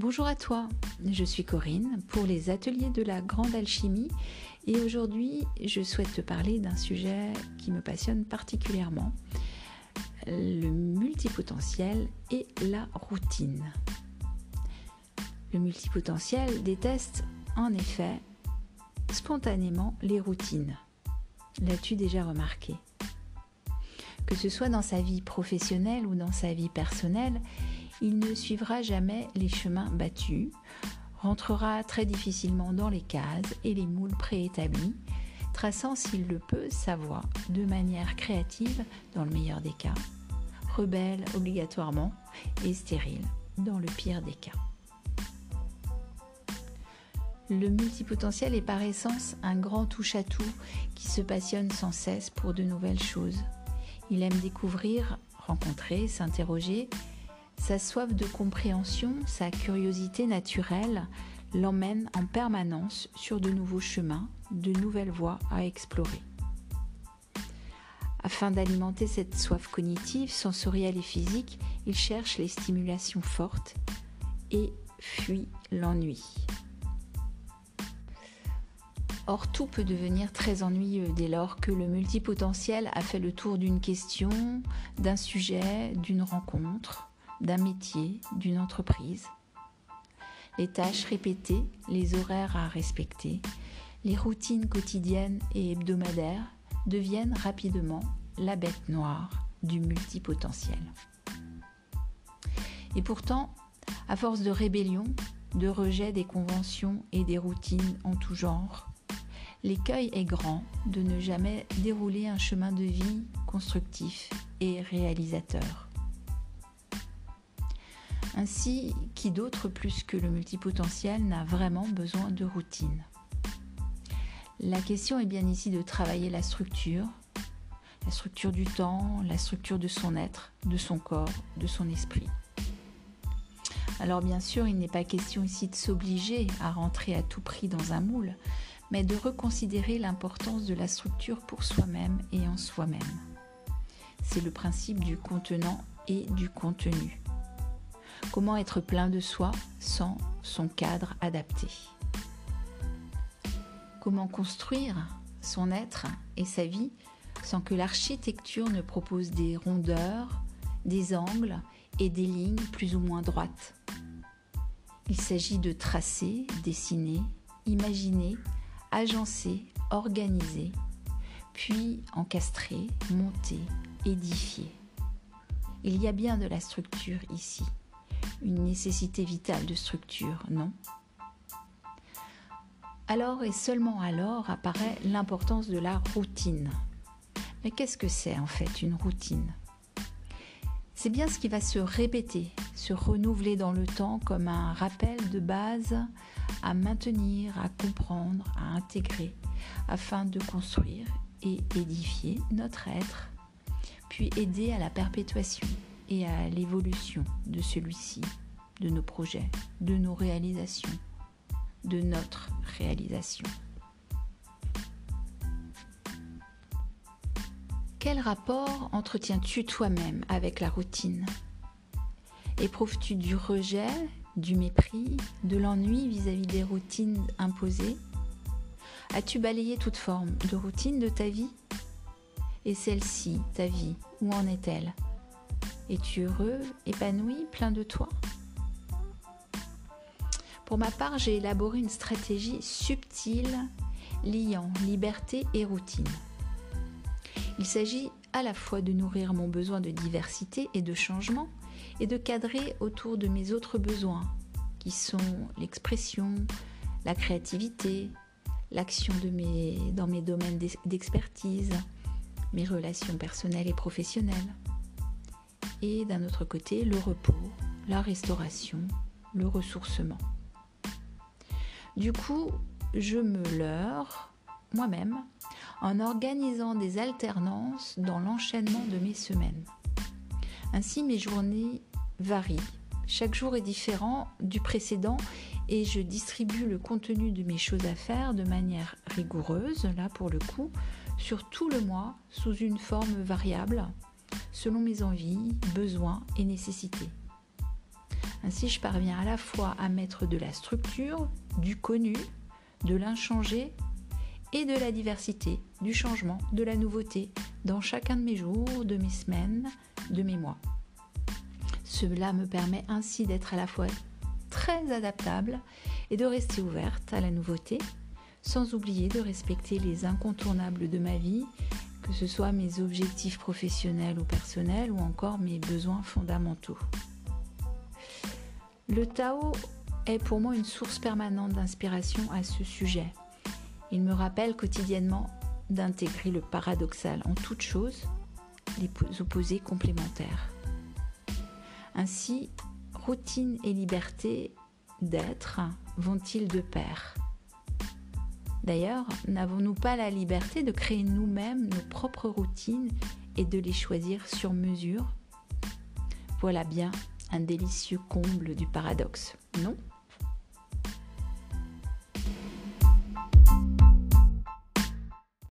Bonjour à toi, je suis Corinne pour les ateliers de la grande alchimie et aujourd'hui je souhaite te parler d'un sujet qui me passionne particulièrement, le multipotentiel et la routine. Le multipotentiel déteste en effet spontanément les routines. L'as-tu déjà remarqué ? Que ce soit dans sa vie professionnelle ou dans sa vie personnelle, il ne suivra jamais les chemins battus, rentrera très difficilement dans les cases et les moules préétablis, traçant s'il le peut sa voie de manière créative dans le meilleur des cas, rebelle obligatoirement et stérile dans le pire des cas. Le multipotentiel est par essence un grand touche-à-tout qui se passionne sans cesse pour de nouvelles choses. Il aime découvrir, rencontrer, s'interroger. Sa soif de compréhension, sa curiosité naturelle l'emmène en permanence sur de nouveaux chemins, de nouvelles voies à explorer. Afin d'alimenter cette soif cognitive, sensorielle et physique, il cherche les stimulations fortes et fuit l'ennui. Or, tout peut devenir très ennuyeux dès lors que le multipotentiel a fait le tour d'une question, d'un sujet, d'une rencontre, d'un métier, d'une entreprise. Les tâches répétées, les horaires à respecter, les routines quotidiennes et hebdomadaires deviennent rapidement la bête noire du multipotentiel. Et pourtant, à force de rébellion, de rejet des conventions et des routines en tout genre, l'écueil est grand de ne jamais dérouler un chemin de vie constructif et réalisateur. Ainsi, qui d'autre plus que le multipotentiel n'a vraiment besoin de routine ? La question est bien ici de travailler la structure du temps, la structure de son être, de son corps, de son esprit. Alors bien sûr, il n'est pas question ici de s'obliger à rentrer à tout prix dans un moule, mais de reconsidérer l'importance de la structure pour soi-même et en soi-même. C'est le principe du contenant et du contenu. Comment être plein de soi sans son cadre adapté ? Comment construire son être et sa vie sans que l'architecture ne propose des rondeurs, des angles et des lignes plus ou moins droites ? Il s'agit de tracer, dessiner, imaginer, agencer, organiser, puis encastrer, monter, édifier. Il y a bien de la structure ici. Une nécessité vitale de structure, non ? Alors et seulement alors apparaît l'importance de la routine. Mais qu'est-ce que c'est en fait une routine ? C'est bien ce qui va se répéter, se renouveler dans le temps comme un rappel de base à maintenir, à comprendre, à intégrer, afin de construire et édifier notre être, puis aider à la perpétuation et à l'évolution de celui-ci, de nos projets, de nos réalisations, de notre réalisation. Quel rapport entretiens-tu toi-même avec la routine ? Éprouves-tu du rejet, du mépris, de l'ennui vis-à-vis des routines imposées ? As-tu balayé toute forme de routine de ta vie ? Et celle-ci, ta vie, où en est-elle ? Es-tu heureux, épanoui, plein de toi ? Pour ma part, j'ai élaboré une stratégie subtile liant liberté et routine. Il s'agit à la fois de nourrir mon besoin de diversité et de changement et de cadrer autour de mes autres besoins, qui sont l'expression, la créativité, l'action dans mes domaines d'expertise, mes relations personnelles et professionnelles. Et d'un autre côté, le repos, la restauration, le ressourcement. Du coup, je me leurre moi-même en organisant des alternances dans l'enchaînement de mes semaines. Ainsi, mes journées varient. Chaque jour est différent du précédent et je distribue le contenu de mes choses à faire de manière rigoureuse, là pour le coup, sur tout le mois sous une forme variable, selon mes envies, besoins et nécessités. Ainsi, je parviens à la fois à mettre de la structure, du connu, de l'inchangé et de la diversité, du changement, de la nouveauté dans chacun de mes jours, de mes semaines, de mes mois. Cela me permet ainsi d'être à la fois très adaptable et de rester ouverte à la nouveauté, sans oublier de respecter les incontournables de ma vie, que ce soit mes objectifs professionnels ou personnels ou encore mes besoins fondamentaux. Le Tao est pour moi une source permanente d'inspiration à ce sujet. Il me rappelle quotidiennement d'intégrer le paradoxal en toute chose, les opposés complémentaires. Ainsi, routine et liberté d'être vont-ils de pair ? D'ailleurs, n'avons-nous pas la liberté de créer nous-mêmes nos propres routines et de les choisir sur mesure ? Voilà bien un délicieux comble du paradoxe, non ?